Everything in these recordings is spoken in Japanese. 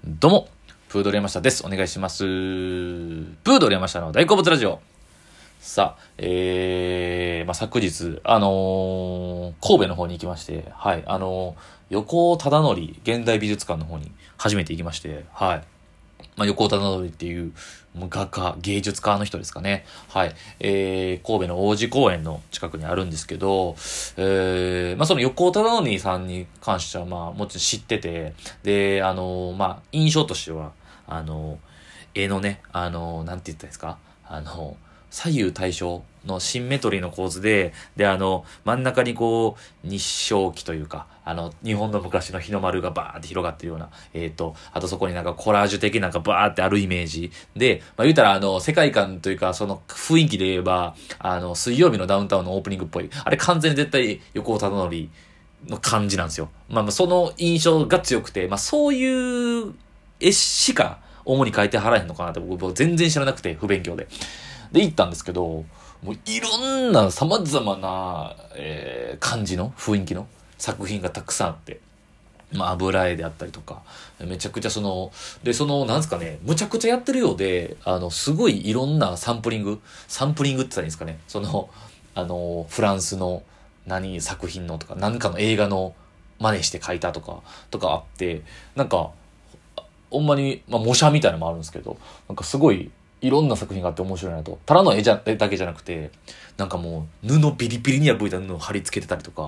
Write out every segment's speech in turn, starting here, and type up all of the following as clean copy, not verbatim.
どうも、プードル山下です。お願いします。プードル山下の大好物ラジオ。さあ、昨日、神戸の方に行きまして、はい、横尾忠則現代美術館の方に初めて行きまして、はい。横尾忠則っていう、もう画家、芸術家の人ですかね。はい。神戸の王子公園の近くにあるんですけど、その横尾忠則さんに関しては、もちろん知ってて、で、印象としては、絵のね、なんて言ったらいいですか左右対称のシンメトリーの構図で、真ん中にこう、日照旗というか、日本の昔の日の丸がバーって広がってるような、あとそこになんかコラージュ的なんかバーってあるイメージで、言うたら世界観というか、その雰囲気で言えば、水曜日のダウンタウンのオープニングっぽい、あれ完全に絶対横尾忠則の感じなんですよ。その印象が強くて、そういう絵しか主に描いてはらへんのかなって僕全然知らなくて、不勉強で。で、行ったんですけど、もういろんな様々な、感じの雰囲気の作品がたくさんあって、油絵であったりとか、めちゃくちゃなんですかね、むちゃくちゃやってるようで、すごいいろんなサンプリングって言ったらいいんですかね、フランスの作品のとか、何かの映画の真似して描いたとかあって、なんか、ほんまに、模写みたいなのもあるんですけど、なんかすごい、いろんな作品があって面白いなと。ただの絵だけじゃなくて、なんかもう、ビリビリに破いた布を貼り付けてたりとか、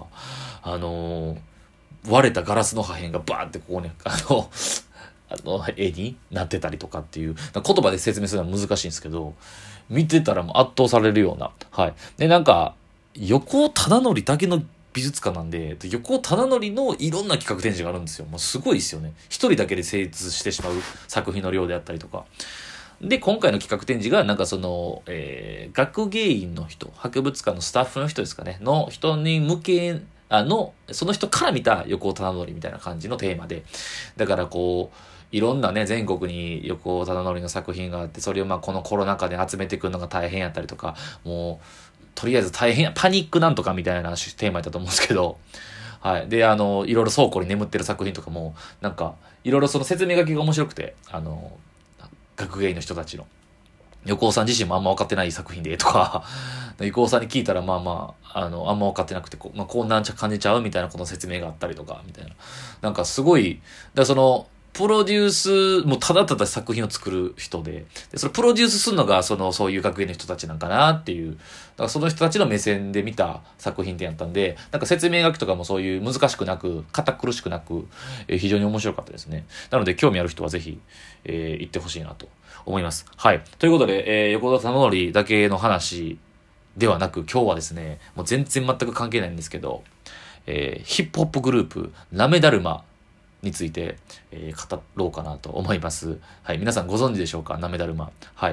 割れたガラスの破片がバーってここね、絵になってたりとかっていう、言葉で説明するのは難しいんですけど、見てたらもう圧倒されるような。はい。で、なんか、横尾忠則だけの美術館なんで、横尾忠則のいろんな企画展示があるんですよ。もうすごいですよね。一人だけで成立してしまう作品の量であったりとか。で、今回の企画展示が、学芸員の人、博物館のスタッフの人ですかね、の人に向け、その人から見た横尾忠則みたいな感じのテーマで、だからこう、いろんなね、全国に横尾忠則の作品があって、それをこのコロナ禍で集めてくるのが大変やったりとか、もう、とりあえず大変や、パニックなんとかみたいなテーマやったと思うんですけど、はい。で、いろいろ倉庫に眠ってる作品とかも、なんか、いろいろその説明書きが面白くて、学芸員の人たちの。横尾さん自身もあんま分かってない作品で、とか、横尾さんに聞いたら、あんま分かってなくて、こんな感じちゃうみたいなこの説明があったりとか、みたいな。なんかすごい、プロデュース、もうただただ作品を作る人で、それプロデュースするのが、そういう学芸の人たちなんかなっていう、だからその人たちの目線で見た作品展やったんで、なんか説明書きとかもそういう難しくなく、堅苦しくなく、非常に面白かったですね。なので興味ある人はぜひ、行ってほしいなと思います。はい。ということで、横田忠則だけの話ではなく、今日はですね、もう全然全く関係ないんですけど、ヒップホップグループ、なめだるまについて、語ろうかなと思います。はい。皆さんご存知でしょうかなめだるま。はい。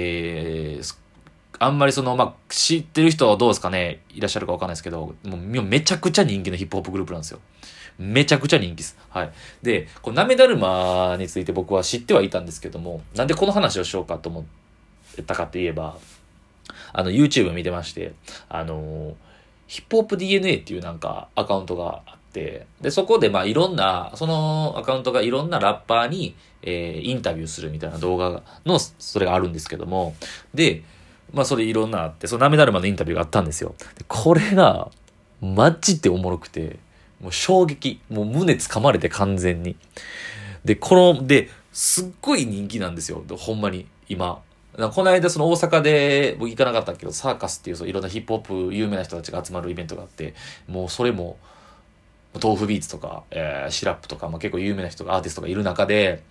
あんまり知ってる人はどうですかねいらっしゃるかわかんないですけど、もうめちゃくちゃ人気のヒップホップグループなんですよ。めちゃくちゃ人気です。はい。で、このなめだるまについて僕は知ってはいたんですけども、なんでこの話をしようかと思ったかといえば、YouTube 見てまして、ヒップホップ DNA っていうなんかアカウントがあって、で、そこでいろんな、そのアカウントがいろんなラッパーに、インタビューするみたいな動画の、それがあるんですけども、で、それいろんなあって、そのなめだるまのインタビューがあったんですよ。でこれが、マジでおもろくて、もう衝撃、もう胸掴まれて完全に。で、すっごい人気なんですよ。ほんまに、今。この間大阪で僕行かなかったけどサーカスっていういろんなヒップホップ有名な人たちが集まるイベントがあってもうそれも豆腐ビーツとか、シラップとか、結構有名な人がアーティストがいる中で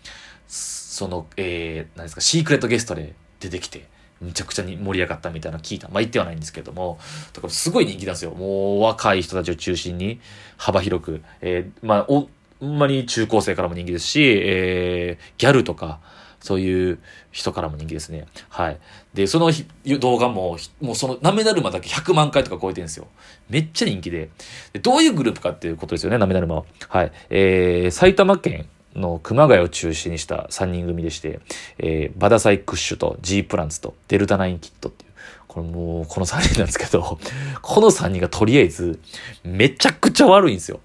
何ですかシークレットゲストで出てきてむちゃくちゃに盛り上がったみたいなの聞いた。言ってはないんですけども、だからすごい人気なんですよ。もう若い人たちを中心に幅広く、ほんまに中高生からも人気ですし、ギャルとか、そういう人からも人気ですね。はい。で、その動画もそのなめだるまだけ100万回とか超えてるんですよ。めっちゃ人気で。どういうグループかっていうことですよね、なめだるまは。はい。埼玉県の熊谷を中心にした3人組でして、バダサイクッシュと G プランツとデルタナインキットっていう、この3人なんですけど、この3人がとりあえずめちゃくちゃ悪いんですよ。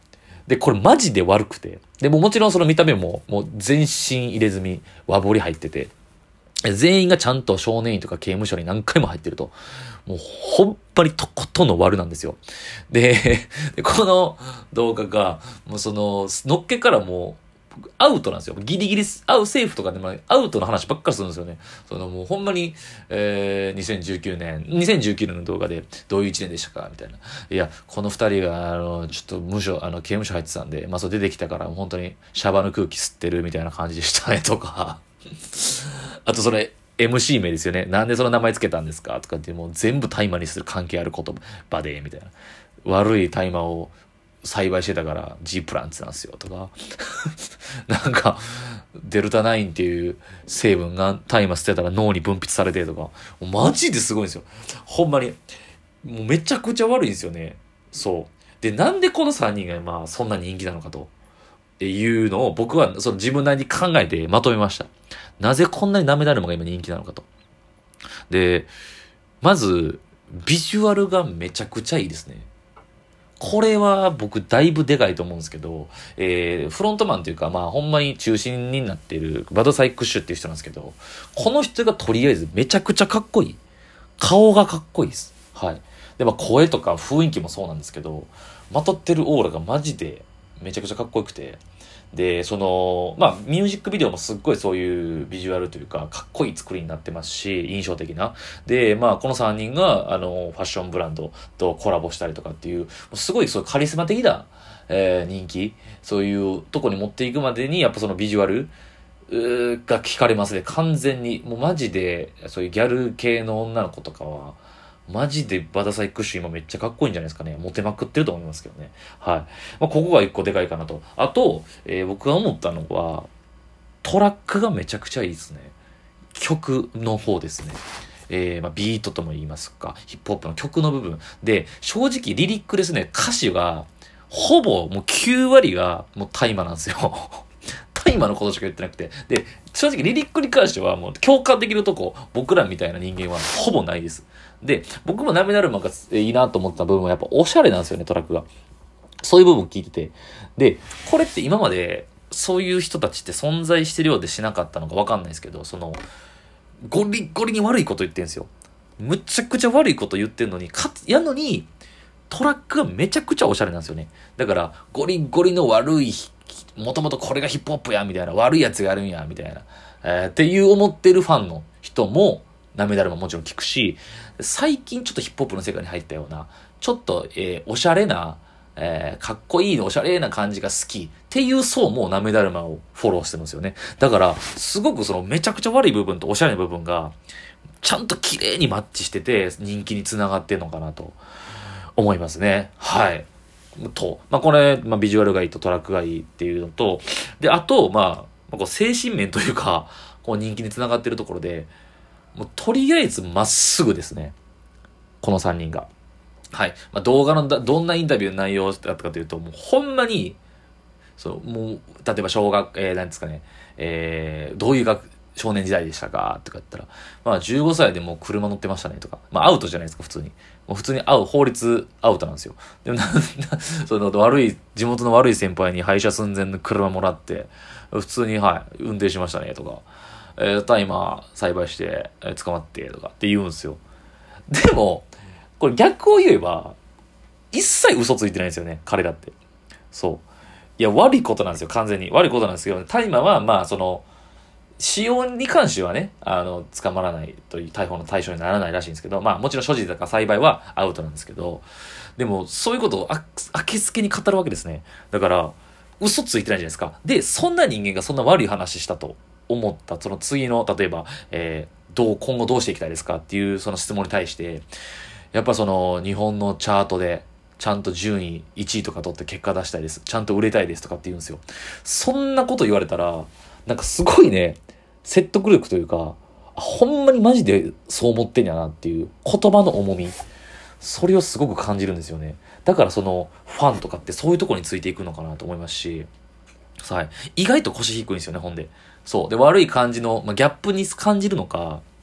で、これマジで悪くて。で、もちろんその見た目も、もう全身入れ墨、和彫り入ってて、全員がちゃんと少年院とか刑務所に何回も入ってると。もうほんまにとことんの悪なんですよ。で、この動画が、もうのっけからもう、アウトなんですよ。ギリギリ、セーフとかでもアウトの話ばっかりするんですよね。もうほんまに、2019年の動画で、どういう一年でしたかみたいな。いや、この二人が、ちょっと刑務所入ってたんで、そう出てきたから、本当にシャバの空気吸ってるみたいな感じでしたね、とか。あとMC 名ですよね。なんでその名前つけたんですかとかってもう全部大麻にする関係ある言葉で、みたいな。悪い大麻を栽培してたから G プランツなんですよとか。なんか、デルタ9っていう成分が大麻捨てたら脳に分泌されてとか。もうマジですごいんですよ。ほんまに。もうめちゃくちゃ悪いんですよね。そう。で、なんでこの3人がそんな人気なのかと。っていうのを僕は自分なりに考えてまとめました。なぜこんなにダメだるまが今人気なのかと。で、まず、ビジュアルがめちゃくちゃいいですね。これは僕だいぶでかいと思うんですけど、フロントマンというかほんまに中心になっているバドサイクッシュっていう人なんですけど、この人がとりあえずめちゃくちゃかっこいい。顔がかっこいいです。はい。で、声とか雰囲気もそうなんですけど、まとってるオーラがマジでめちゃくちゃかっこよくて、で、ミュージックビデオもすっごいそういうビジュアルというか、かっこいい作りになってますし、印象的な。で、この3人が、ファッションブランドとコラボしたりとかっていう、すごいそうカリスマ的な、人気、そういうとこに持っていくまでに、やっぱそのビジュアル、が聞かれますね。完全に。もうマジで、そういうギャル系の女の子とかは、マジでバダサイクッシュ今めっちゃかっこいいんじゃないですかね。モテまくってると思いますけどね。はい。ここが一個でかいかなと。あと、僕が思ったのは、トラックがめちゃくちゃいいですね。曲の方ですね。ビートとも言いますか、ヒップホップの曲の部分。で、正直リリックですね、歌詞が、ほぼもう9割がもう大麻なんですよ。大麻のことしか言ってなくて。で、正直リリックに関してはもう共感できるとこ、僕らみたいな人間はほぼないです。で、僕もナメダルマがいいなと思った部分はやっぱおしゃれなんですよね、トラックが。そういう部分聞いてて。で、これって今までそういう人たちって存在してるようでしなかったのかわかんないですけど、ゴリゴリに悪いこと言ってんですよ。むちゃくちゃ悪いこと言ってんのに、トラックがめちゃくちゃおしゃれなんですよね。だから、ゴリゴリの悪い、もともとこれがヒップホップや、みたいな、悪いやつがあるんや、みたいな、っていう思ってるファンの人も、ナメダルももちろん聞くし、最近ちょっとヒップホップの世界に入ったような、ちょっと、おしゃれな、かっこいいのおしゃれな感じが好きっていう層もナメダルマをフォローしてるんですよね。だから、すごくめちゃくちゃ悪い部分とおしゃれな部分が、ちゃんと綺麗にマッチしてて、人気につながってるのかなと思いますね。はい。これ、ビジュアルがいいとトラックがいいっていうのと、で、あと、こう精神面というか、こう人気につながってるところで、もうとりあえずまっすぐですね。この3人が。はい。動画のどんなインタビューの内容だったかというと、もうほんまに、もう、例えばなんですかね、どういう少年時代でしたかとか言ったら、15歳でもう車乗ってましたねとか、アウトじゃないですか、普通に。もう普通に法律アウトなんですよ。でも地元の悪い先輩に廃車寸前の車もらって、普通に、運転しましたねとか、大麻栽培して、捕まってとかって言うんですよ。でも、これ逆を言えば、一切嘘ついてないんですよね、彼だって。そう。いや、悪いことなんですよ、完全に。悪いことなんですけど、大麻は、使用に関してはね、捕まらないという逮捕の対象にならないらしいんですけど、もちろん所持とか栽培はアウトなんですけど、でも、そういうことを明けつけに語るわけですね。だから、嘘ついてないじゃないですか。で、そんな人間がそんな悪い話したと思った、その次の、例えば、今後どうしていきたいですかっていうその質問に対して、やっぱ日本のチャートで、ちゃんと順位1位とか取って結果出したいです。ちゃんと売れたいですとかって言うんですよ。そんなこと言われたら、なんかすごいね、説得力というか、ほんまにマジでそう思ってんやなっていう言葉の重み。それをすごく感じるんですよね。だからファンとかってそういうところについていくのかなと思いますし、はい。意外と腰低いんですよね、ほんで。そう。で、悪い感じの、ギャップに感じるのか、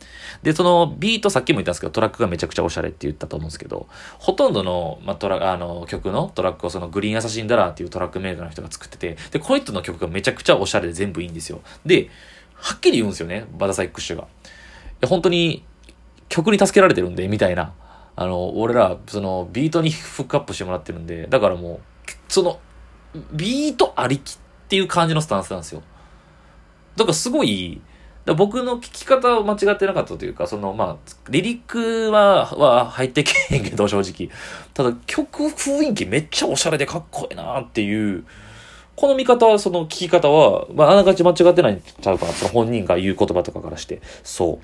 で、そのビートさっきも言ったんですけど、トラックがめちゃくちゃおしゃれって言ったと思うんですけど、ほとんどの、曲のトラックをそのグリーンアサシンダラーっていうトラックメーカーの人が作ってて、で、この人の曲がめちゃくちゃおしゃれで全部いいんですよ。で、はっきり言うんですよね、バタサイクッシュが。本当に曲に助けられてるんで、みたいな。俺ら、その、ビートにフックアップしてもらってるんで、だからもう、その、ビートありきっていう感じのスタンスなんですよ。だからすごい、僕の聞き方を間違ってなかったというか、その、リリックは入ってけへんけど、正直。ただ、曲雰囲気めっちゃおしゃれでかっこいいなっていう、この見方は、その聞き方は、あながち間違ってないんちゃうかな。その本人が言う言葉とかからして。そう。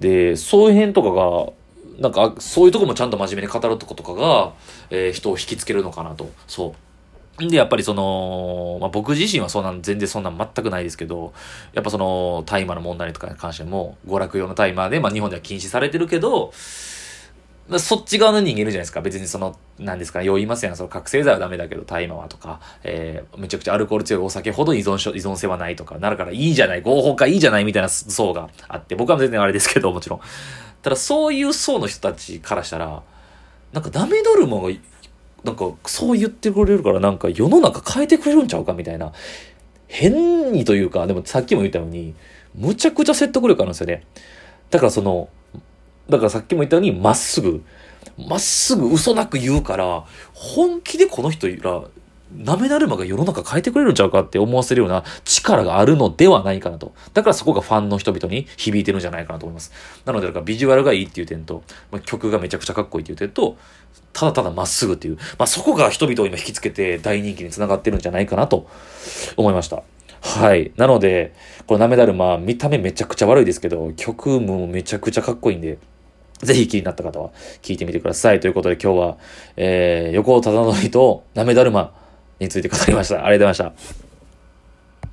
で、そういう辺とかが、なんか、そういうとこもちゃんと真面目に語るとことかが、人を引きつけるのかなと。そう。で、やっぱりその、僕自身は全然そんなん全くないですけど、やっぱその、大麻の問題とかに関しても、娯楽用の大麻で、日本では禁止されてるけど、そっち側の人間いるじゃないですか。別にその、なんですかね、よう言いますやん。その覚醒剤はダメだけど、大麻はとか、めちゃくちゃアルコール強いお酒ほど依存性はないとか、なるからいいじゃない、合法化いいじゃないみたいな層があって、僕は全然あれですけど、もちろん。ただそういう層の人たちからしたら、なんかダメドルマが、なんかそう言ってくれるからなんか世の中変えてくれるんちゃうかみたいな。変にというか、でもさっきも言ったように、むちゃくちゃ説得力あるんですよね。だからさっきも言ったようにまっすぐ嘘なく言うから、本気でこの人ら、なめだるまが世の中変えてくれるんちゃうかって思わせるような力があるのではないかなと。だからそこがファンの人々に響いてるんじゃないかなと思います。なので、だからビジュアルがいいっていう点と、曲がめちゃくちゃかっこいいっていう点と、ただただまっすぐっていう、そこが人々を今引きつけて大人気につながってるんじゃないかなと思いました。はい。なので、このなめだるま、見た目めちゃくちゃ悪いですけど、曲もめちゃくちゃかっこいいんで、ぜひ気になった方は聞いてみてください。ということで今日は、横尾忠則となめだるまについて語りました。ありがとうございました。